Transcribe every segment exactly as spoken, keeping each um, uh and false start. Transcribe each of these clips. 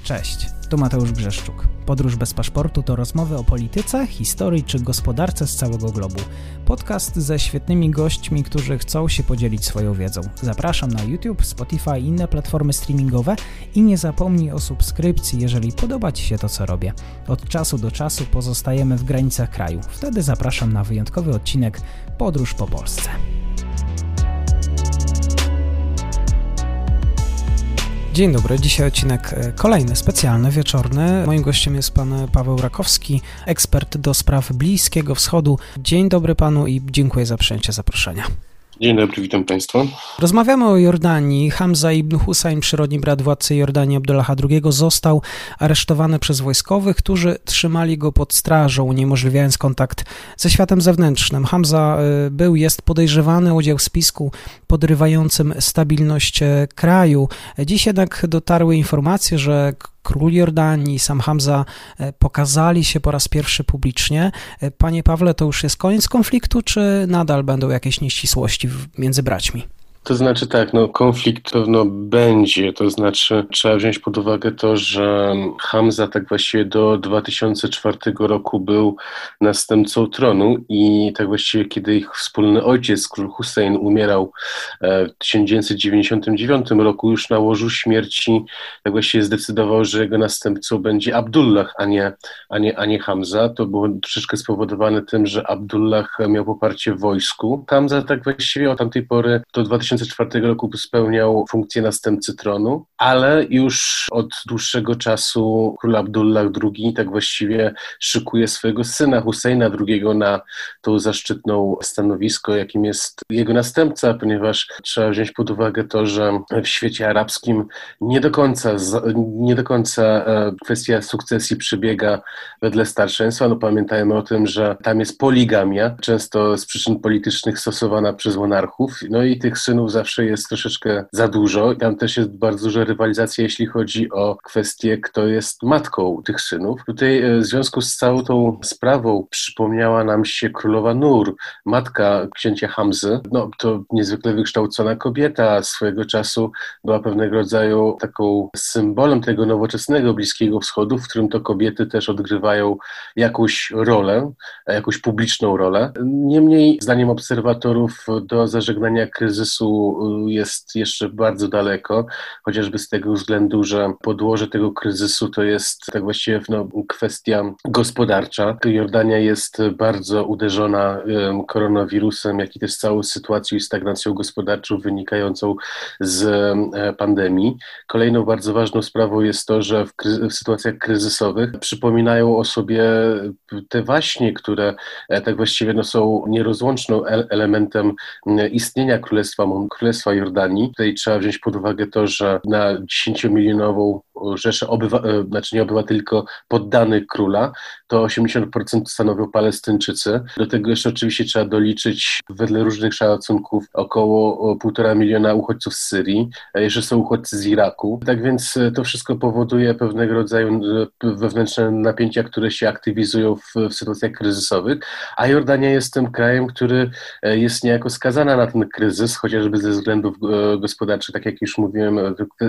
Cześć, tu Mateusz Brzeszczuk. Podróż bez paszportu to rozmowy o polityce, historii czy gospodarce z całego globu. Podcast ze świetnymi gośćmi, którzy chcą się podzielić swoją wiedzą. Zapraszam na YouTube, Spotify i inne platformy streamingowe i nie zapomnij o subskrypcji, jeżeli podoba Ci się to, co robię. Od czasu do czasu pozostajemy w granicach kraju. Wtedy zapraszam na wyjątkowy odcinek Podróż po Polsce. Dzień dobry, dzisiaj odcinek kolejny, specjalny, wieczorny. Moim gościem jest pan Paweł Rakowski, ekspert do spraw Bliskiego Wschodu. Dzień dobry panu i dziękuję za przyjęcie zaproszenia. Dzień dobry, witam państwa. Rozmawiamy o Jordanii. Hamza ibn Husajn, przyrodni brat władcy Jordanii Abdullaha drugiego, został aresztowany przez wojskowych, którzy trzymali go pod strażą, uniemożliwiając kontakt ze światem zewnętrznym. Hamza był, jest podejrzewany o udział w spisku podrywającym stabilność kraju. Dziś jednak dotarły informacje, że król Jordanii i sam Hamza pokazali się po raz pierwszy publicznie. Panie Pawle, to już jest koniec konfliktu, czy nadal będą jakieś nieścisłości między braćmi? To znaczy tak, no konflikt pewno będzie, to znaczy trzeba wziąć pod uwagę to, że Hamza tak właściwie do dwa tysiące czwartego roku był następcą tronu i tak właściwie kiedy ich wspólny ojciec, król Hussein, umierał w tysiąc dziewięćset dziewięćdziesiątym dziewiątym roku, już na łożu śmierci tak właściwie zdecydował, że jego następcą będzie Abdullah, a nie, a nie, a nie Hamza. To było troszeczkę spowodowane tym, że Abdullah miał poparcie w wojsku. Hamza tak właściwie od tamtej pory do dwa tysiące czwartego roku spełniał funkcję następcy tronu, ale już od dłuższego czasu król Abdullah drugi tak właściwie szykuje swojego syna Husseina drugiego na to zaszczytną stanowisko, jakim jest jego następca, ponieważ trzeba wziąć pod uwagę to, że w świecie arabskim nie do końca, nie do końca kwestia sukcesji przebiega wedle starszeństwa. No pamiętajmy o tym, że tam jest poligamia, często z przyczyn politycznych stosowana przez monarchów, no i tych synów zawsze jest troszeczkę za dużo. Tam też jest bardzo duża rywalizacja, jeśli chodzi o kwestię, kto jest matką tych synów. Tutaj w związku z całą tą sprawą przypomniała nam się królowa Nur, matka księcia Hamzy. No to niezwykle wykształcona kobieta, swojego czasu była pewnego rodzaju taką symbolem tego nowoczesnego Bliskiego Wschodu, w którym to kobiety też odgrywają jakąś rolę, jakąś publiczną rolę. Niemniej, zdaniem obserwatorów, do zażegnania kryzysu jest jeszcze bardzo daleko, chociażby z tego względu, że podłoże tego kryzysu to jest tak właściwie no, kwestia gospodarcza. Jordania jest bardzo uderzona koronawirusem, jak i też całą sytuacją i stagnacją gospodarczą wynikającą z pandemii. Kolejną bardzo ważną sprawą jest to, że w, kry- w sytuacjach kryzysowych przypominają o sobie te waśnie, które tak właściwie no, są nierozłączną ele- elementem istnienia Królestwa Królestwa Jordanii. Tutaj trzeba wziąć pod uwagę to, że na dziesięciomilionową rzeszę obywa- znaczy nie obywateli, tylko poddanych króla, to osiemdziesiąt procent stanowią Palestyńczycy. Do tego jeszcze oczywiście trzeba doliczyć wedle różnych szacunków około półtora miliona uchodźców z Syrii, jeszcze są uchodźcy z Iraku. Tak więc to wszystko powoduje pewnego rodzaju wewnętrzne napięcia, które się aktywizują w, w sytuacjach kryzysowych, a Jordania jest tym krajem, który jest niejako skazana na ten kryzys, chociażby ze względów gospodarczych, tak jak już mówiłem,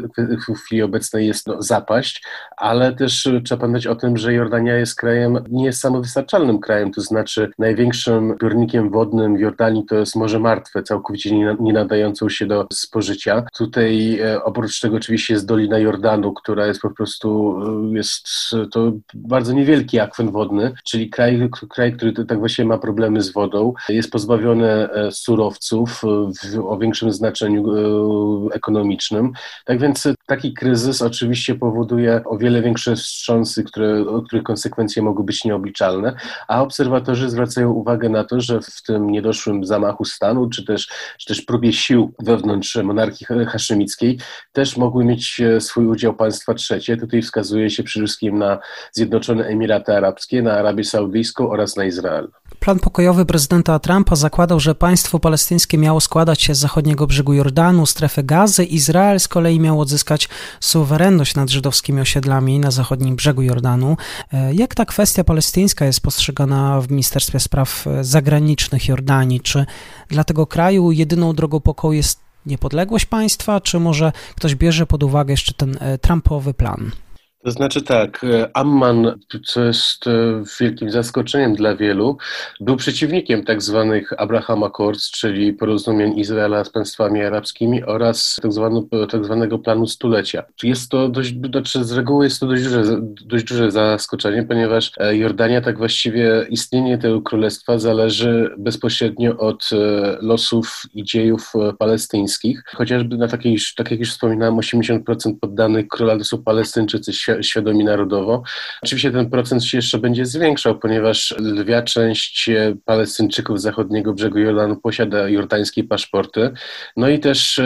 w chwili obecnej jest no, zapaść, ale też trzeba pamiętać o tym, że Jordania jest krajem, nie jest samowystarczalnym krajem, to znaczy największym zbiornikiem wodnym w Jordanii to jest Morze Martwe, całkowicie nie, nie nadającą się do spożycia. Tutaj oprócz tego oczywiście jest Dolina Jordanu, która jest po prostu, jest to bardzo niewielki akwen wodny, czyli kraj, kraj, który tak właśnie ma problemy z wodą, jest pozbawiony surowców w, o większym znaczeniu e, ekonomicznym. Tak więc taki kryzys oczywiście powoduje o wiele większe wstrząsy, które, o których konsekwencje mogą być nieobliczalne, a obserwatorzy zwracają uwagę na to, że w tym niedoszłym zamachu stanu, czy też, czy też próbie sił wewnątrz monarchii haszymickiej też mogły mieć swój udział państwa trzecie. Tutaj wskazuje się przede wszystkim na Zjednoczone Emiraty Arabskie, na Arabię Saudyjską oraz na Izrael. Plan pokojowy prezydenta Trumpa zakładał, że państwo palestyńskie miało składać się z zachodniego brzegu Jordanu, strefy Gazy. Izrael z kolei miał odzyskać suwerenność nad żydowskimi osiedlami na zachodnim brzegu Jordanu. Jak ta kwestia palestyńska jest postrzegana w Ministerstwie Spraw Zagranicznych Jordanii? Czy dla tego kraju jedyną drogą pokoju jest niepodległość państwa, czy może ktoś bierze pod uwagę jeszcze ten Trumpowy plan? To znaczy tak, Amman, co jest wielkim zaskoczeniem dla wielu, był przeciwnikiem tak zwanych Abraham Accords, czyli porozumień Izraela z państwami arabskimi oraz tak, zwano, tak zwanego planu stulecia. Jest to dość, znaczy z reguły jest to dość duże, dość duże zaskoczenie, ponieważ Jordania, tak właściwie istnienie tego królestwa zależy bezpośrednio od losów i dziejów palestyńskich. Chociażby na takiej, tak jak już wspominałem, osiemdziesiąt procent poddanych króla to są Palestyńczycy świadomi narodowo. Oczywiście ten procent się jeszcze będzie zwiększał, ponieważ lwia część Palestyńczyków z zachodniego brzegu Jordanu posiada jordańskie paszporty. No i też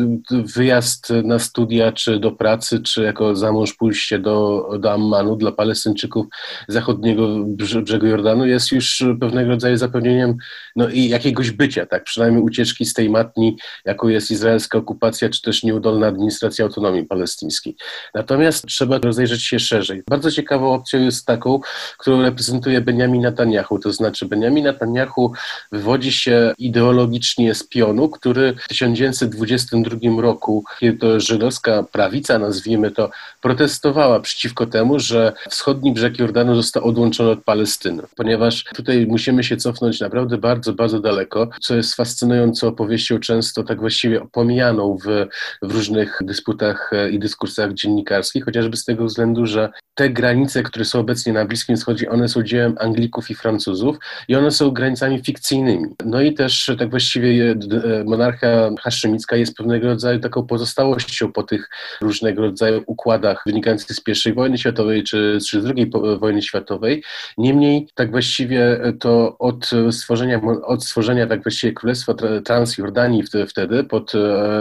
wyjazd na studia, czy do pracy, czy jako za mąż pójście do, do Ammanu dla Palestyńczyków z zachodniego brzegu Jordanu jest już pewnego rodzaju zapewnieniem no i jakiegoś bycia, tak, przynajmniej ucieczki z tej matni, jaką jest izraelska okupacja, czy też nieudolna administracja autonomii palestyńskiej. Natomiast trzeba rozejrzeć się szerzej. Bardzo ciekawą opcją jest taką, którą reprezentuje Benjamin Netanyahu, to znaczy Benjamin Netanyahu wywodzi się ideologicznie z pionu, który w tysiąc dziewięćset dwudziestym drugim roku, kiedy to żydowska prawica, nazwijmy to, protestowała przeciwko temu, że wschodni brzeg Jordanu został odłączony od Palestyny, ponieważ tutaj musimy się cofnąć naprawdę bardzo, bardzo daleko, co jest fascynującą opowieścią, często tak właściwie pomijaną w, w różnych dysputach i dyskursach dziennikarskich, chociażby z tego względu, że te granice, które są obecnie na Bliskim Wschodzie, one są dziełem Anglików i Francuzów i one są granicami fikcyjnymi. No i też tak właściwie monarchia haszymicka jest pewnego rodzaju taką pozostałością po tych różnego rodzaju układach wynikających z pierwszej wojny światowej czy, czy z drugiej wojny światowej. Niemniej tak właściwie to od stworzenia, od stworzenia tak właściwie Królestwa Transjordanii wtedy pod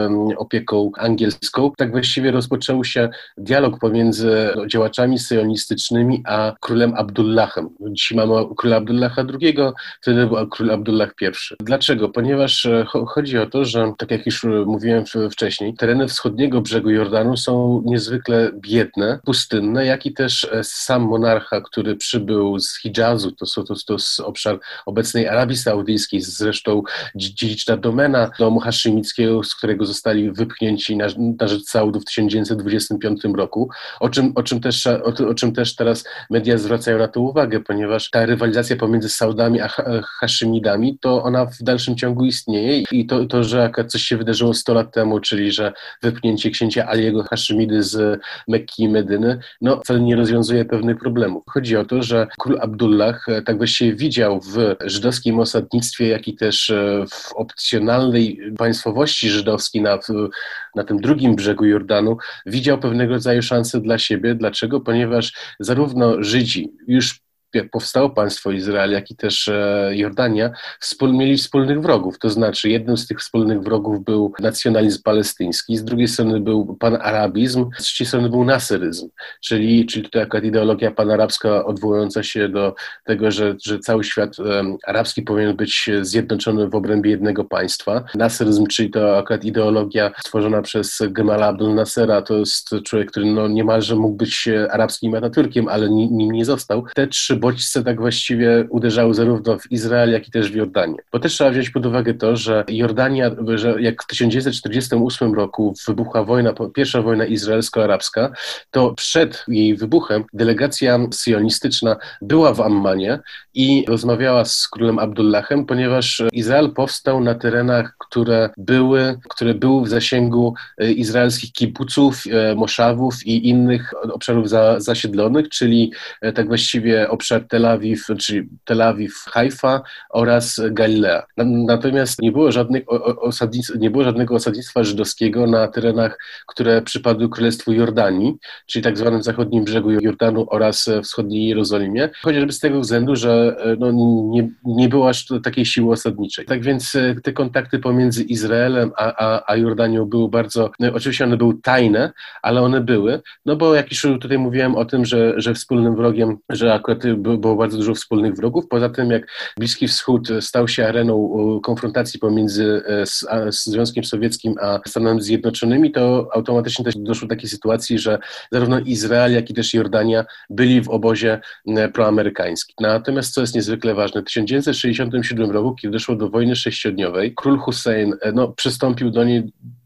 opieką angielską, tak właściwie rozpoczął się dialog pomiędzy działaczami syjonistycznymi a królem Abdullahem. Dzisiaj mamy króla Abdullaha drugiego, wtedy był król Abdullah pierwszy. Dlaczego? Ponieważ chodzi o to, że tak jak już mówiłem wcześniej, tereny wschodniego brzegu Jordanu są niezwykle biedne, pustynne, jak i też sam monarcha, który przybył z Hidżazu, to, są, to, to jest obszar obecnej Arabii Saudyjskiej, zresztą dziedziczna domena domu haszymickiego, z którego zostali wypchnięci na, na rzecz Saudów w tysiąc dziewięćset dwudziestym piątym roku, o czym, o, czym też, o, o czym też teraz media zwracają na to uwagę, ponieważ ta rywalizacja pomiędzy Saudami a Haszymidami, to ona w dalszym ciągu istnieje i to, to że coś się wydarzyło sto lat temu, czyli że wypchnięcie księcia Aliego Haszymiddy z Mekki i Medyny, no wcale nie rozwiązuje pewnych problemów. Chodzi o to, że król Abdullah tak właściwie widział w żydowskim osadnictwie, jak i też w opcjonalnej państwowości żydowskiej na, na tym drugim brzegu Jordanu, widział pewnego rodzaju szansę dla siebie. Dlaczego? Ponieważ zarówno Żydzi już jak powstało państwo Izrael, jak i też Jordania, wspól, mieli wspólnych wrogów. To znaczy jednym z tych wspólnych wrogów był nacjonalizm palestyński, z drugiej strony był panarabizm, z trzeciej strony był nasyryzm, czyli, czyli tutaj akurat ideologia panarabska odwołująca się do tego, że, że cały świat um, arabski powinien być zjednoczony w obrębie jednego państwa. Nasyryzm, czyli to akurat ideologia stworzona przez Gemala Abdel Nassera, to jest człowiek, który no, niemalże mógł być arabskim Atatürkiem, ale nim nie został. Te trzy bodźce tak właściwie uderzały zarówno w Izrael, jak i też w Jordanię. Bo też trzeba wziąć pod uwagę to, że Jordania, że jak w tysiąc dziewięćset czterdziestym ósmym roku wybuchła wojna, pierwsza wojna izraelsko-arabska, to przed jej wybuchem delegacja syjonistyczna była w Ammanie i rozmawiała z królem Abdullahem, ponieważ Izrael powstał na terenach, które były, które były w zasięgu izraelskich kibuców, moszawów i innych obszarów za, zasiedlonych, czyli tak właściwie obszar Tel Awiw, czyli Tel Awiw, Haifa oraz Galilea. Natomiast nie było, żadnych osadnictw, nie było żadnego osadnictwa żydowskiego na terenach, które przypadły Królestwu Jordanii, czyli tak zwanym zachodnim brzegu Jordanu oraz wschodniej Jerozolimie, chociażby z tego względu, że no, nie, nie było aż takiej siły osadniczej. Tak więc te kontakty pomiędzy Izraelem a, a, a Jordanią były bardzo, no, oczywiście one były tajne, ale one były, no bo jak już tutaj mówiłem o tym, że, że wspólnym wrogiem, że akurat było bardzo dużo wspólnych wrogów. Poza tym, jak Bliski Wschód stał się areną konfrontacji pomiędzy Związkiem Sowieckim a Stanami Zjednoczonymi, to automatycznie też doszło do takiej sytuacji, że zarówno Izrael, jak i też Jordania byli w obozie proamerykańskim. Natomiast, co jest niezwykle ważne, w tysiąc dziewięćset sześćdziesiątym siódmym roku, kiedy doszło do wojny sześciodniowej, król Hussein no, przystąpił do niej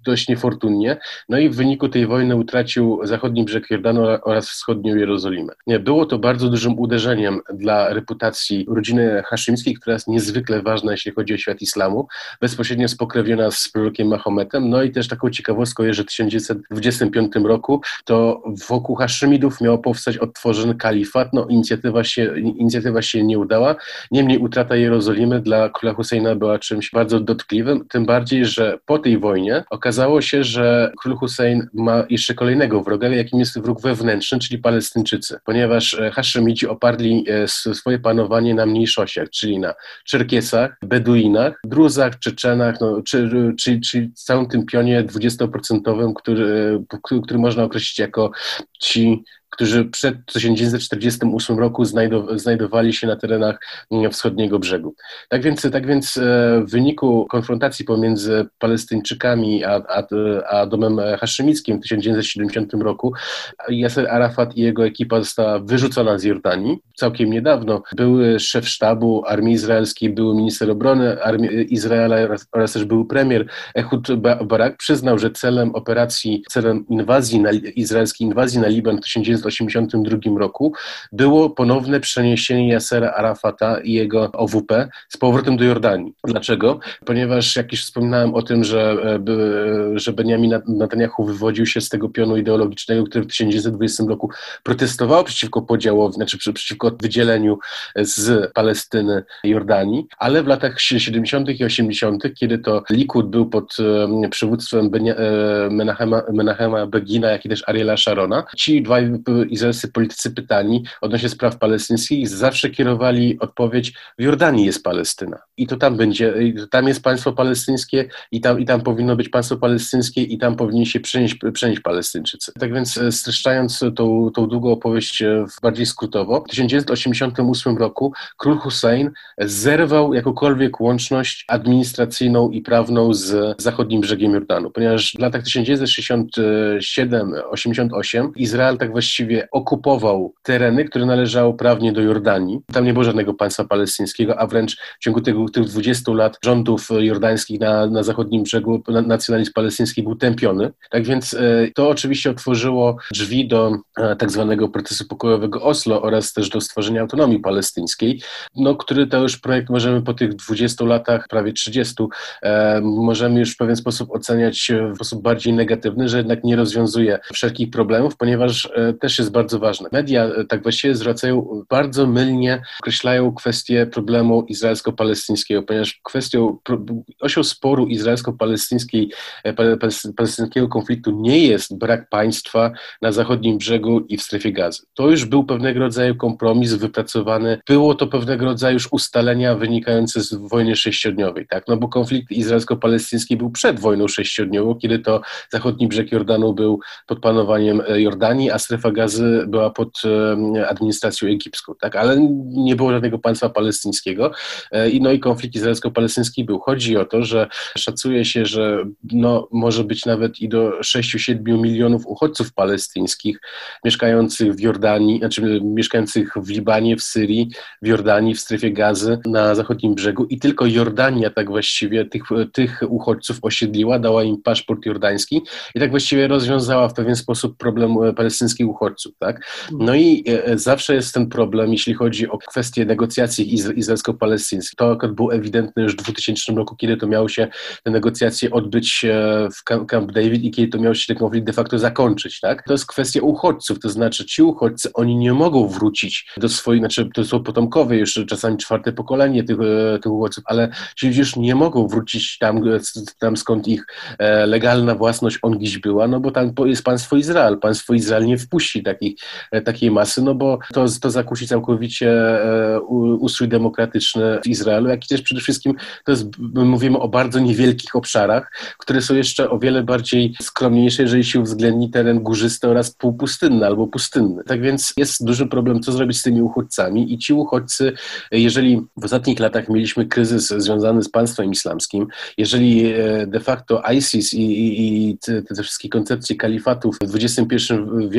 dość niefortunnie, no i w wyniku tej wojny utracił zachodni brzeg Jordanu oraz wschodnią Jerozolimę. Było to bardzo dużym uderzeniem dla reputacji rodziny haszymskiej, która jest niezwykle ważna, jeśli chodzi o świat islamu, bezpośrednio spokrewniona z prorokiem Mahometem. No i też taką ciekawostką jest, że w tysiąc dziewięćset dwudziestym piątym roku to wokół Haszymidów miał powstać odtworzony kalifat. No inicjatywa się, inicjatywa się nie udała. Niemniej utrata Jerozolimy dla króla Husejna była czymś bardzo dotkliwym, tym bardziej, że po tej wojnie okazało się, że król Hussein ma jeszcze kolejnego wroga, jakim jest wróg wewnętrzny, czyli Palestyńczycy, ponieważ Haszymidzi oparli swoje panowanie na mniejszościach, czyli na Czerkesach, Beduinach, Druzach, Czeczenach, no, czy, czy, czy całym tym pionie dwudziestoprocentowym, który, który można określić jako ci, którzy przed tysiąc dziewięćset czterdziestym ósmym roku znajdow- znajdowali się na terenach wschodniego brzegu. Tak więc, tak więc w wyniku konfrontacji pomiędzy Palestyńczykami a, a, a domem haszymickim w tysiąc dziewięćset siedemdziesiątym roku Jaser Arafat i jego ekipa została wyrzucona z Jordanii. Całkiem niedawno były szef sztabu armii izraelskiej, były minister obrony armii Izraela oraz, oraz też był premier Ehud Barak przyznał, że celem operacji, celem inwazji na, izraelskiej inwazji na Liban w tysiąc dziewięćset osiemdziesiątym drugym roku było ponowne przeniesienie Jasera Arafata i jego O W P z powrotem do Jordanii. Dlaczego? Ponieważ jak już wspominałem o tym, że, że Benjamin Netanyahu wywodził się z tego pionu ideologicznego, który w tysiąc dziewięćset dwudziestym roku protestował przeciwko podziałowi, znaczy przeciwko wydzieleniu z Palestyny Jordanii, ale w latach siedemdziesiątych i osiemdziesiątych, kiedy to Likud był pod przywództwem Menachema, Menachema Begina, jak i też Ariela Sharona, ci dwaj izraelscy politycy pytani odnośnie spraw palestyńskich zawsze kierowali odpowiedź: w Jordanii jest Palestyna i to tam będzie, tam jest państwo palestyńskie i tam, i tam powinno być państwo palestyńskie i tam powinni się przenieść, przenieść Palestyńczycy. Tak więc streszczając tą, tą długą opowieść bardziej skrótowo, w tysiąc dziewięćset osiemdziesiątym ósmym roku król Hussein zerwał jakąkolwiek łączność administracyjną i prawną z zachodnim brzegiem Jordanu, ponieważ w latach tysiąc dziewięćset sześćdziesiątym siódmym do osiemdziesiątego ósmego Izrael tak właściwie okupował tereny, które należały prawnie do Jordanii. Tam nie było żadnego państwa palestyńskiego, a wręcz w ciągu tego, tych dwudziestu lat rządów jordańskich na, na zachodnim brzegu nacjonalizm palestyński był tępiony. Tak więc e, to oczywiście otworzyło drzwi do e, tak zwanego procesu pokojowego Oslo oraz też do stworzenia autonomii palestyńskiej, no, który to już projekt możemy po tych dwudziestu latach, prawie trzydziestu, e, możemy już w pewien sposób oceniać w sposób bardziej negatywny, że jednak nie rozwiązuje wszelkich problemów, ponieważ e, też jest bardzo ważne. Media e, tak właściwie zwracają, bardzo mylnie określają kwestię problemu izraelsko-palestyńskiego, ponieważ kwestią, osią sporu izraelsko-palestyńskiej, e, palestyńskiego konfliktu nie jest brak państwa na zachodnim brzegu i w strefie Gazy. To już był pewnego rodzaju kompromis wypracowany, było to pewnego rodzaju już ustalenia wynikające z wojny sześciodniowej, tak? No bo konflikt izraelsko-palestyński był przed wojną sześciodniową, kiedy to zachodni brzeg Jordanu był pod panowaniem Jordanii, a strefa Gazy była pod administracją egipską, tak? Ale nie było żadnego państwa palestyńskiego i no i konflikt izraelsko-palestyński był. Chodzi o to, że szacuje się, że no, może być nawet i do sześciu siedmiu milionów uchodźców palestyńskich mieszkających w Jordanii, znaczy mieszkających w Libanie, w Syrii, w Jordanii, w strefie Gazy, na zachodnim brzegu i tylko Jordania tak właściwie tych, tych uchodźców osiedliła, dała im paszport jordański i tak właściwie rozwiązała w pewien sposób problem palestyńskich uchodźców, tak? No i e, zawsze jest ten problem, jeśli chodzi o kwestie negocjacji izra- izraelsko-palestyńskich. To akurat było ewidentne już w dwutysięcznym roku, kiedy to miało się te negocjacje odbyć e, w Camp, Camp David i kiedy to miał się ten konflikt de facto zakończyć, tak? To jest kwestia uchodźców, to znaczy ci uchodźcy, oni nie mogą wrócić do swoich, znaczy to są potomkowie już czasami czwarte pokolenie tych, tych uchodźców, ale ci ludzie już nie mogą wrócić tam, tam skąd ich e, legalna własność ongiś była, no bo tam jest państwo Izrael. Państwo Izrael nie wpuści takich, e, takiej masy, no bo to, to zakłóci całkowicie e, ustrój demokratyczny w Izraelu, jak i też przede wszystkim to jest, mówimy o bardzo niewielkich obszarach, które są jeszcze o wiele bardziej skromniejsze, jeżeli się uwzględni teren górzysty oraz półpustynny albo pustynny. Tak więc jest duży problem, co zrobić z tymi uchodźcami i ci uchodźcy, jeżeli w ostatnich latach mieliśmy kryzys związany z państwem islamskim, jeżeli de facto ISIS i, i, i te, te wszystkie koncepcje kalifatów w dwudziestym pierwszym wieku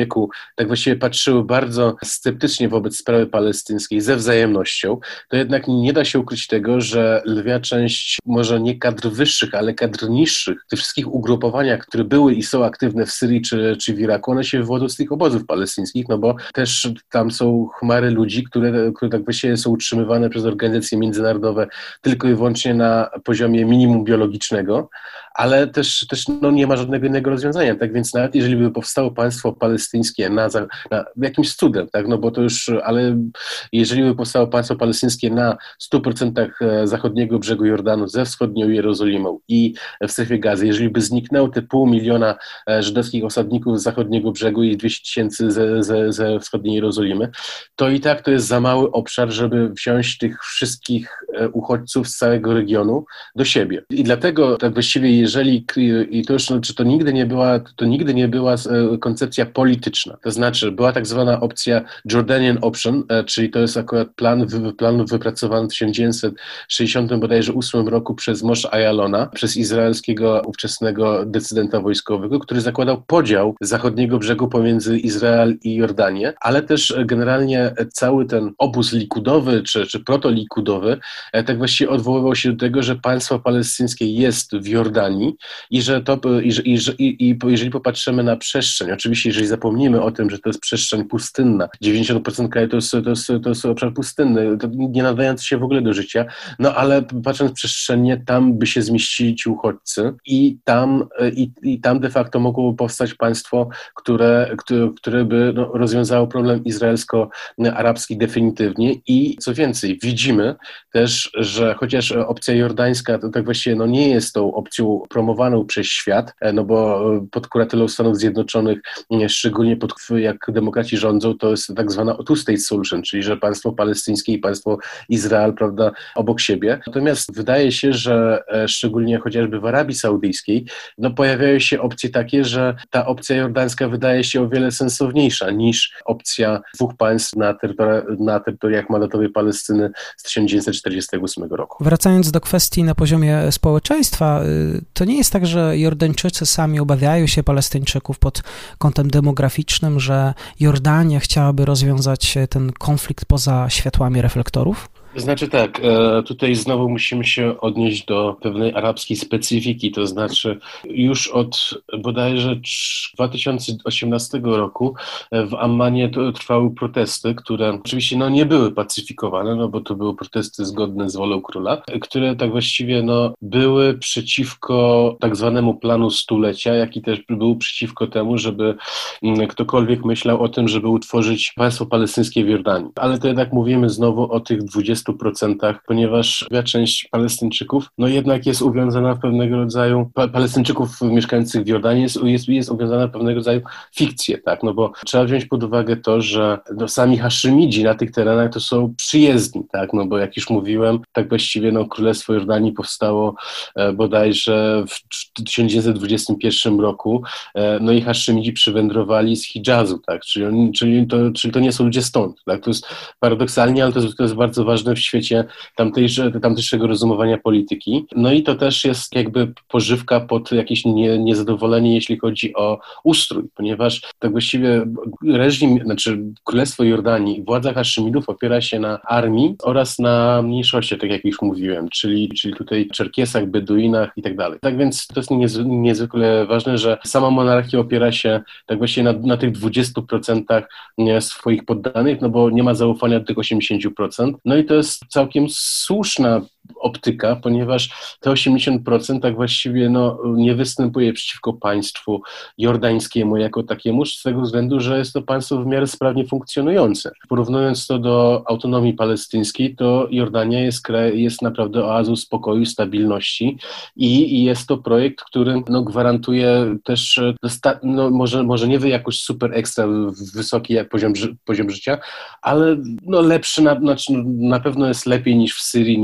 tak właściwie patrzyły bardzo sceptycznie wobec sprawy palestyńskiej ze wzajemnością, to jednak nie da się ukryć tego, że lwia część, może nie kadr wyższych, ale kadr niższych, tych wszystkich ugrupowaniach, które były i są aktywne w Syrii czy, czy w Iraku, one się wywodzą z tych obozów palestyńskich, no bo też tam są chmary ludzi, które, które tak właściwie są utrzymywane przez organizacje międzynarodowe tylko i wyłącznie na poziomie minimum biologicznego, ale też, też no, nie ma żadnego innego rozwiązania, tak więc nawet jeżeli by powstało państwo palestyńskie na, na jakimś cudem, tak, no bo to już, ale jeżeli by powstało państwo palestyńskie na stu procentach zachodniego brzegu Jordanu ze wschodnią Jerozolimą i w strefie Gazy, jeżeli by zniknęło te pół miliona żydowskich osadników z zachodniego brzegu i dwieście tysięcy ze, ze, ze wschodniej Jerozolimy, to i tak to jest za mały obszar, żeby wziąć tych wszystkich uchodźców z całego regionu do siebie. I dlatego tak właściwie jeżeli, i to już, no, czy to nigdy nie była, to nigdy nie była koncepcja polityczna, to znaczy była tak zwana opcja Jordanian Option, czyli to jest akurat plan, plan wypracowany w tysiąc dziewięćset sześćdziesiątym bodajże ósmym roku przez Moshe Ayalona, przez izraelskiego ówczesnego decydenta wojskowego, który zakładał podział zachodniego brzegu pomiędzy Izrael i Jordanię, ale też generalnie cały ten obóz likudowy, czy, czy protolikudowy, tak właściwie odwoływał się do tego, że państwo palestyńskie jest w Jordanii i że to, i, i, i, i jeżeli popatrzymy na przestrzeń, oczywiście jeżeli zapomnimy o tym, że to jest przestrzeń pustynna, dziewięćdziesiąt procent kraju to jest, to jest, to jest obszar pustynny, to nie nadający się w ogóle do życia, no ale patrząc przestrzennie, tam by się zmieścili ci uchodźcy i tam, i, i tam de facto mogłoby powstać państwo, które, które, które by no, rozwiązało problem izraelsko-arabski definitywnie i co więcej, widzimy też, że chociaż opcja jordańska to tak właściwie no, nie jest tą opcją promowaną przez świat, no bo pod kuratelą Stanów Zjednoczonych, szczególnie pod, jak demokraci rządzą, to jest tak zwana two-state solution, czyli że państwo palestyńskie i państwo Izrael, prawda, obok siebie. Natomiast wydaje się, że szczególnie chociażby w Arabii Saudyjskiej, no pojawiają się opcje takie, że ta opcja jordańska wydaje się o wiele sensowniejsza niż opcja dwóch państw na, terytori- na terytoriach mandatowej Palestyny z tysiąc dziewięćset czterdziestego ósmego roku. Wracając do kwestii na poziomie społeczeństwa, to nie jest tak, że Jordańczycy sami obawiają się Palestyńczyków pod kątem demograficznym, że Jordania chciałaby rozwiązać ten konflikt poza światłami reflektorów? Znaczy tak, tutaj znowu musimy się odnieść do pewnej arabskiej specyfiki, to znaczy już od bodajże dwa tysiące osiemnastego roku w Ammanie trwały protesty, które oczywiście no, nie były pacyfikowane, no bo to były protesty zgodne z wolą króla, które tak właściwie no, były przeciwko tak zwanemu planu stulecia, jak i też był przeciwko temu, żeby ktokolwiek myślał o tym, żeby utworzyć państwo palestyńskie w Jordanii. Ale to jednak mówimy znowu o tych dwudziestu procentach, ponieważ lwia część Palestyńczyków no jednak jest uwiązana w pewnego rodzaju, pa, Palestyńczyków mieszkających w Jordanii jest, jest, jest uwiązana w pewnego rodzaju fikcję, tak, no bo trzeba wziąć pod uwagę to, że no, sami Haszymidzi na tych terenach to są przyjezdni, tak, no bo jak już mówiłem, tak właściwie no, Królestwo Jordanii powstało e, bodajże w tysiąc dziewięćset dwudziestym pierwszym roku, e, no i Haszymidzi przywędrowali z Hidżazu, tak, czyli, oni, czyli, to, czyli to nie są ludzie stąd, tak, to jest paradoksalnie, ale to jest, to jest bardzo ważne w świecie tamtejsze, tamtejszego rozumowania polityki. No i to też jest jakby pożywka pod jakieś nie, niezadowolenie, jeśli chodzi o ustrój, ponieważ tak właściwie reżim, znaczy Królestwo Jordanii, władza Haszymidów opiera się na armii oraz na mniejszości, tak jak już mówiłem, czyli, czyli tutaj Czerkesach, Beduinach i tak dalej. Tak więc to jest niezw- niezwykle ważne, że sama monarchia opiera się tak właściwie na, na tych dwudziestu procentach swoich poddanych, no bo nie ma zaufania do tych osiemdziesięciu procent. No i to jest całkiem słuszna optyka, ponieważ te osiemdziesiąt procent tak właściwie no, nie występuje przeciwko państwu jordańskiemu jako takiemu, z tego względu, że jest to państwo w miarę sprawnie funkcjonujące. Porównując to do autonomii palestyńskiej, to Jordania jest, kraj, jest naprawdę oazą spokoju, stabilności i, i jest to projekt, który no, gwarantuje też, dosta- no, może, może nie jakoś super ekstra wysoki jak poziom, poziom życia, ale no, lepszy, na, znaczy, na pewno jest lepiej niż w Syrii, niż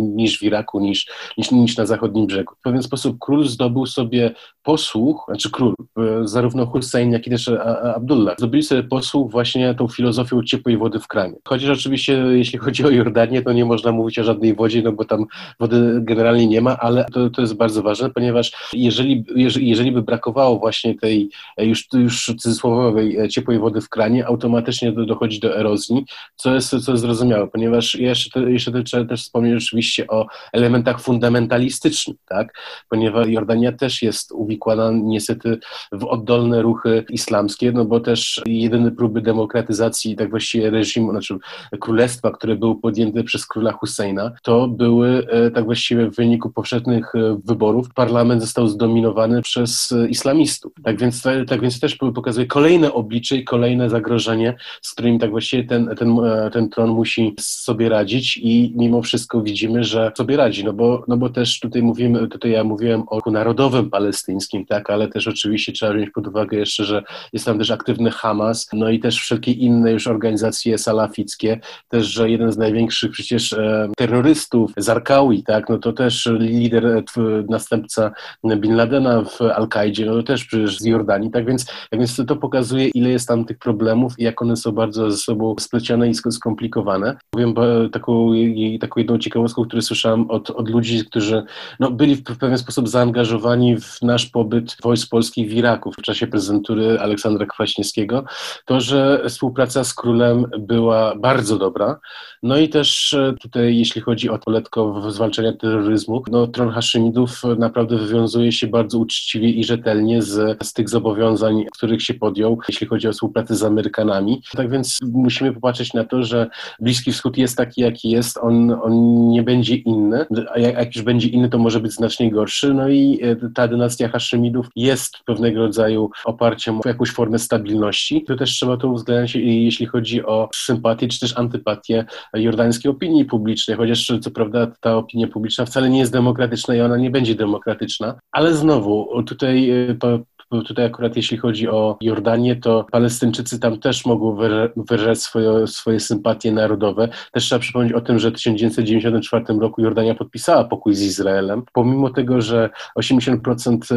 niż w Iraku, niż, niż, niż na zachodnim brzegu. W pewien sposób król zdobył sobie posłuch, znaczy król, zarówno Hussein, jak i też Abdullah, zdobyli sobie posłuch właśnie tą filozofią ciepłej wody w kranie. Chociaż oczywiście, jeśli chodzi o Jordanię, to nie można mówić o żadnej wodzie, no bo tam wody generalnie nie ma, ale to, to jest bardzo ważne, ponieważ jeżeli, jeżeli, jeżeli by brakowało właśnie tej już, już cudzysłowiowej ciepłej wody w kranie, automatycznie do, dochodzi do erozji, co jest, co jest zrozumiałe, ponieważ jeszcze, jeszcze trzeba też wspomnieć oczywiście o elementach fundamentalistycznych, tak? Ponieważ Jordania też jest uwikłana niestety w oddolne ruchy islamskie, no bo też jedyne próby demokratyzacji tak właściwie reżimu, znaczy królestwa, które były podjęte przez króla Husseina, to były tak właściwie w wyniku powszechnych wyborów parlament został zdominowany przez islamistów. Tak więc, tak więc też pokazuje kolejne oblicze i kolejne zagrożenie, z którymi tak właściwie ten, ten, ten tron musi sobie radzić i mimo wszystko widzimy, że sobie radzi, no bo, no bo też tutaj mówimy, tutaj ja mówiłem o ruchu narodowym palestyńskim, tak, ale też oczywiście trzeba wziąć pod uwagę jeszcze, że jest tam też aktywny Hamas, no i też wszelkie inne już organizacje salafickie, też, że jeden z największych przecież e, terrorystów, Zarqawi, tak, no to też lider, e, następca Bin Ladena w Al-Kaidzie, no to też przecież z Jordanii, tak więc, tak więc to, to pokazuje, ile jest tam tych problemów i jak one są bardzo ze sobą splecione i skomplikowane. Powiem taką, taką jedną ciekawostką, którą słyszałem od, od ludzi, którzy no, byli w pewien sposób zaangażowani w nasz pobyt wojsk polskich w Iraku w czasie prezydentury Aleksandra Kwaśniewskiego, to, że współpraca z królem była bardzo dobra. No i też tutaj, jeśli chodzi o poletko zwalczania terroryzmu, no tron Haszymidów naprawdę wywiązuje się bardzo uczciwie i rzetelnie z, z tych zobowiązań, których się podjął, jeśli chodzi o współpracę z Amerykanami. Tak więc musimy popatrzeć na to, że Bliski Wschód jest taki, jaki jest, on, on nie będzie inny, a jak, jak już będzie inny, to może być znacznie gorszy. No i ta dynastia Haszymidów jest pewnego rodzaju oparciem o jakąś formę stabilności. To też trzeba to uwzględniać, jeśli chodzi o sympatię czy też antypatię jordańskiej opinii publicznej, chociaż co prawda ta opinia publiczna wcale nie jest demokratyczna i ona nie będzie demokratyczna, ale znowu tutaj to Tutaj akurat jeśli chodzi o Jordanię, to Palestyńczycy tam też mogą wyrażać swoje, swoje sympatie narodowe. Też trzeba przypomnieć o tym, że w tysiąc dziewięćset dziewięćdziesiątym czwartym roku Jordania podpisała pokój z Izraelem. Pomimo tego, że osiemdziesiąt procent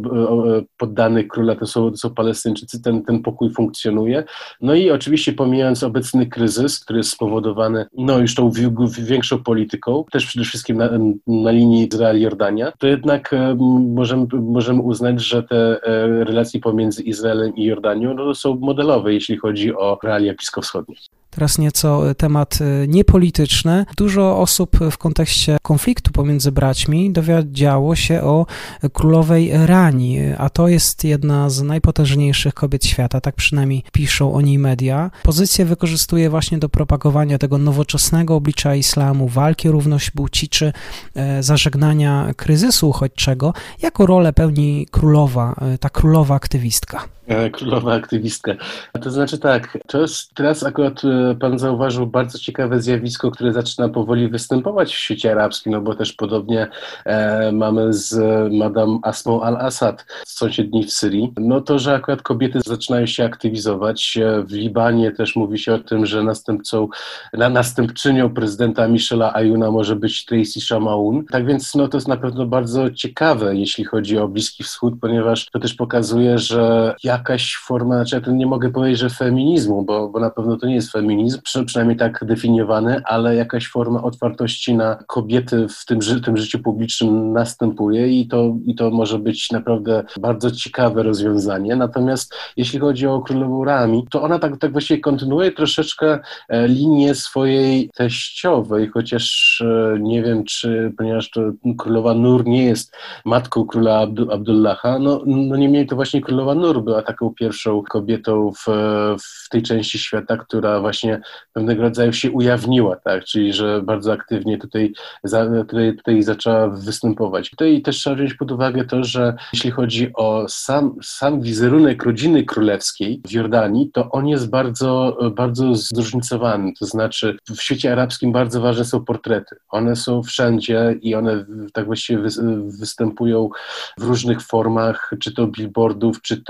poddanych króla to są, to są Palestyńczycy, ten, ten pokój funkcjonuje. No i oczywiście pomijając obecny kryzys, który jest spowodowany no już tą większą polityką, też przede wszystkim na, na linii Izrael-Jordania, to jednak możemy, możemy uznać, że te relacje pomiędzy Izraelem i Jordanią no, są modelowe, jeśli chodzi o realia bliskowschodnie. Teraz nieco temat niepolityczny. Dużo osób w kontekście konfliktu pomiędzy braćmi dowiedziało się o królowej Rani, a to jest jedna z najpotężniejszych kobiet świata, tak przynajmniej piszą o niej media. Pozycję wykorzystuje właśnie do propagowania tego nowoczesnego oblicza islamu, walki o równość płci czy zażegnania kryzysu uchodźczego. Jaką rolę pełni królowa, ta królowa aktywistka? Królowa aktywistka. To znaczy tak, to jest teraz akurat pan zauważył bardzo ciekawe zjawisko, które zaczyna powoli występować w świecie arabskim, no bo też podobnie e, mamy z Madame Asmą al-Assad z sąsiedniej w Syrii. No to, że akurat kobiety zaczynają się aktywizować. W Libanie też mówi się o tym, że następcą, na, następczynią prezydenta Michela Aouna może być Tracy Chamaoun. Tak więc no, to jest na pewno bardzo ciekawe, jeśli chodzi o Bliski Wschód, ponieważ to też pokazuje, że ja jakaś forma, znaczy ja to nie mogę powiedzieć, że feminizmu, bo, bo na pewno to nie jest feminizm, przy, przynajmniej tak definiowany, ale jakaś forma otwartości na kobiety w tym, ży, tym życiu publicznym następuje i to, i to może być naprawdę bardzo ciekawe rozwiązanie. Natomiast jeśli chodzi o królową Rami, to ona tak, tak właściwie kontynuuje troszeczkę linię swojej teściowej, chociaż nie wiem, czy, ponieważ to królowa Nur nie jest matką króla Abdu, Abdullaha, no, no niemniej to właśnie królowa Nur była taką pierwszą kobietą w, w tej części świata, która właśnie pewnego rodzaju się ujawniła, tak, czyli że bardzo aktywnie tutaj, za, tutaj, tutaj zaczęła występować. Tutaj też trzeba wziąć pod uwagę to, że jeśli chodzi o sam, sam wizerunek rodziny królewskiej w Jordanii, to on jest bardzo, bardzo zróżnicowany, to znaczy w świecie arabskim bardzo ważne są portrety. One są wszędzie i one tak właściwie wy, występują w różnych formach, czy to billboardów, czy to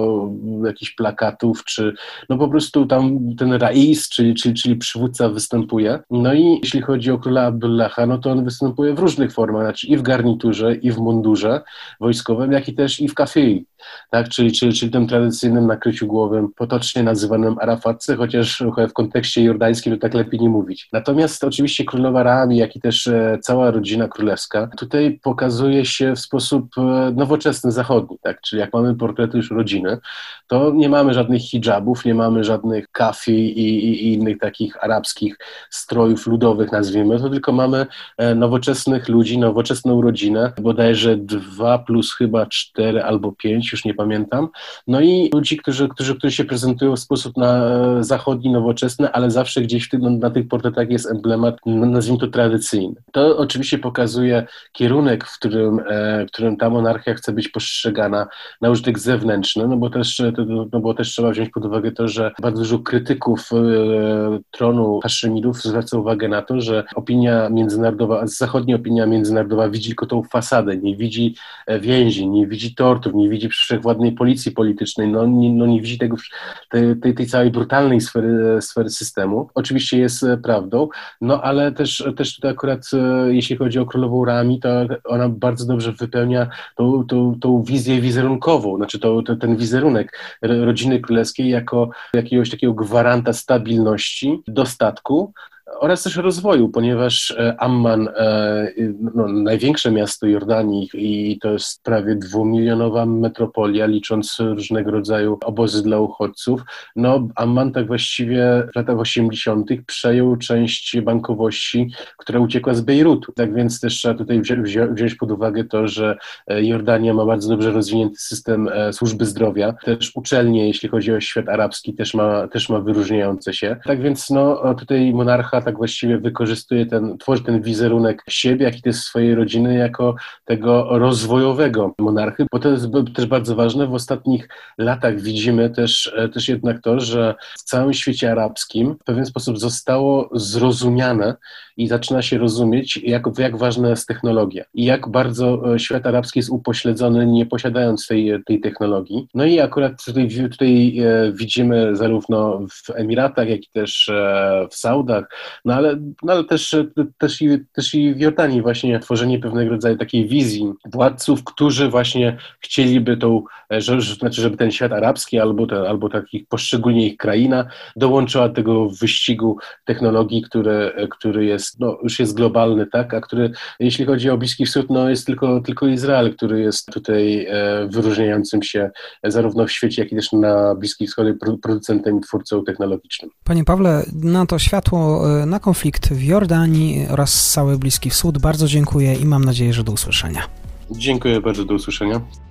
do jakichś plakatów, czy no po prostu tam ten rais, czyli, czyli, czyli przywódca występuje. No i jeśli chodzi o króla Abdullaha, no to on występuje w różnych formach, znaczy i w garniturze, i w mundurze wojskowym, jak i też i w kafii, tak, czyli, czyli, czyli tym tradycyjnym nakryciu głowym, potocznie nazywanym Arafatce, chociaż w kontekście jordańskim to tak lepiej nie mówić. Natomiast oczywiście królowa Rami, jak i też cała rodzina królewska tutaj pokazuje się w sposób nowoczesny, zachodni, tak, czyli jak mamy portrety już rodziny, to nie mamy żadnych hijabów, nie mamy żadnych kafi i, i, i innych takich arabskich strojów ludowych, nazwijmy to, tylko mamy nowoczesnych ludzi, nowoczesną rodzinę, bodajże dwa plus chyba cztery albo pięć, już nie pamiętam. No i ludzi, którzy, którzy, którzy się prezentują w sposób na zachodni, nowoczesny, ale zawsze gdzieś w tym, na tych portretach jest emblemat, nazwijmy to tradycyjny. To oczywiście pokazuje kierunek, w którym, w którym ta monarchia chce być postrzegana na użytek zewnętrzny, no bo też, no bo też trzeba wziąć pod uwagę to, że bardzo dużo krytyków tronu Haszymidów zwraca uwagę na to, że opinia międzynarodowa, zachodnia opinia międzynarodowa widzi tylko tą fasadę, nie widzi więzi, nie widzi tortur, nie widzi wszechwładnej policji politycznej, no nie, no nie widzi tego, tej, tej, tej całej brutalnej sfery, sfery systemu. Oczywiście jest prawdą, no ale też, też tutaj akurat jeśli chodzi o królową Rami, to ona bardzo dobrze wypełnia tą, tą, tą wizję wizerunkową, znaczy to, to, ten wizerunek rodziny królewskiej jako jakiegoś takiego gwaranta stabilności, dostatku oraz też rozwoju, ponieważ Amman, no, największe miasto Jordanii i to jest prawie dwumilionowa metropolia, licząc różnego rodzaju obozy dla uchodźców, no Amman tak właściwie w latach osiemdziesiątych przejął część bankowości, która uciekła z Bejrutu. Tak więc też trzeba tutaj wzi- wziąć pod uwagę to, że Jordania ma bardzo dobrze rozwinięty system służby zdrowia, też uczelnie, jeśli chodzi o świat arabski, też ma, też ma wyróżniające się. Tak więc no tutaj monarcha tak właściwie wykorzystuje ten, tworzy ten wizerunek siebie, jak i też swojej rodziny jako tego rozwojowego monarchy, bo to jest też bardzo ważne. W ostatnich latach widzimy też, też jednak to, że w całym świecie arabskim w pewien sposób zostało zrozumiane i zaczyna się rozumieć, jak, jak ważna jest technologia i jak bardzo świat arabski jest upośledzony, nie posiadając tej, tej technologii. No i akurat tutaj, tutaj widzimy zarówno w Emiratach, jak i też w Saudach, no ale, no ale też, też, i, też i w Jordanii właśnie tworzenie pewnego rodzaju takiej wizji władców, którzy właśnie chcieliby tą, że, że, znaczy, żeby ten świat arabski albo, te, albo takich poszczególnie ich kraina dołączyła do tego wyścigu technologii, który, który jest, no, już jest globalny, tak, a który, jeśli chodzi o Bliski Wschód, no jest tylko, tylko Izrael, który jest tutaj e, wyróżniającym się zarówno w świecie, jak i też na Bliskim Wschodzie producentem i twórcą technologicznym. Panie Pawle, na to światło, na konflikt w Jordanii oraz cały Bliski Wschód bardzo dziękuję i mam nadzieję, że do usłyszenia. Dziękuję bardzo, do usłyszenia.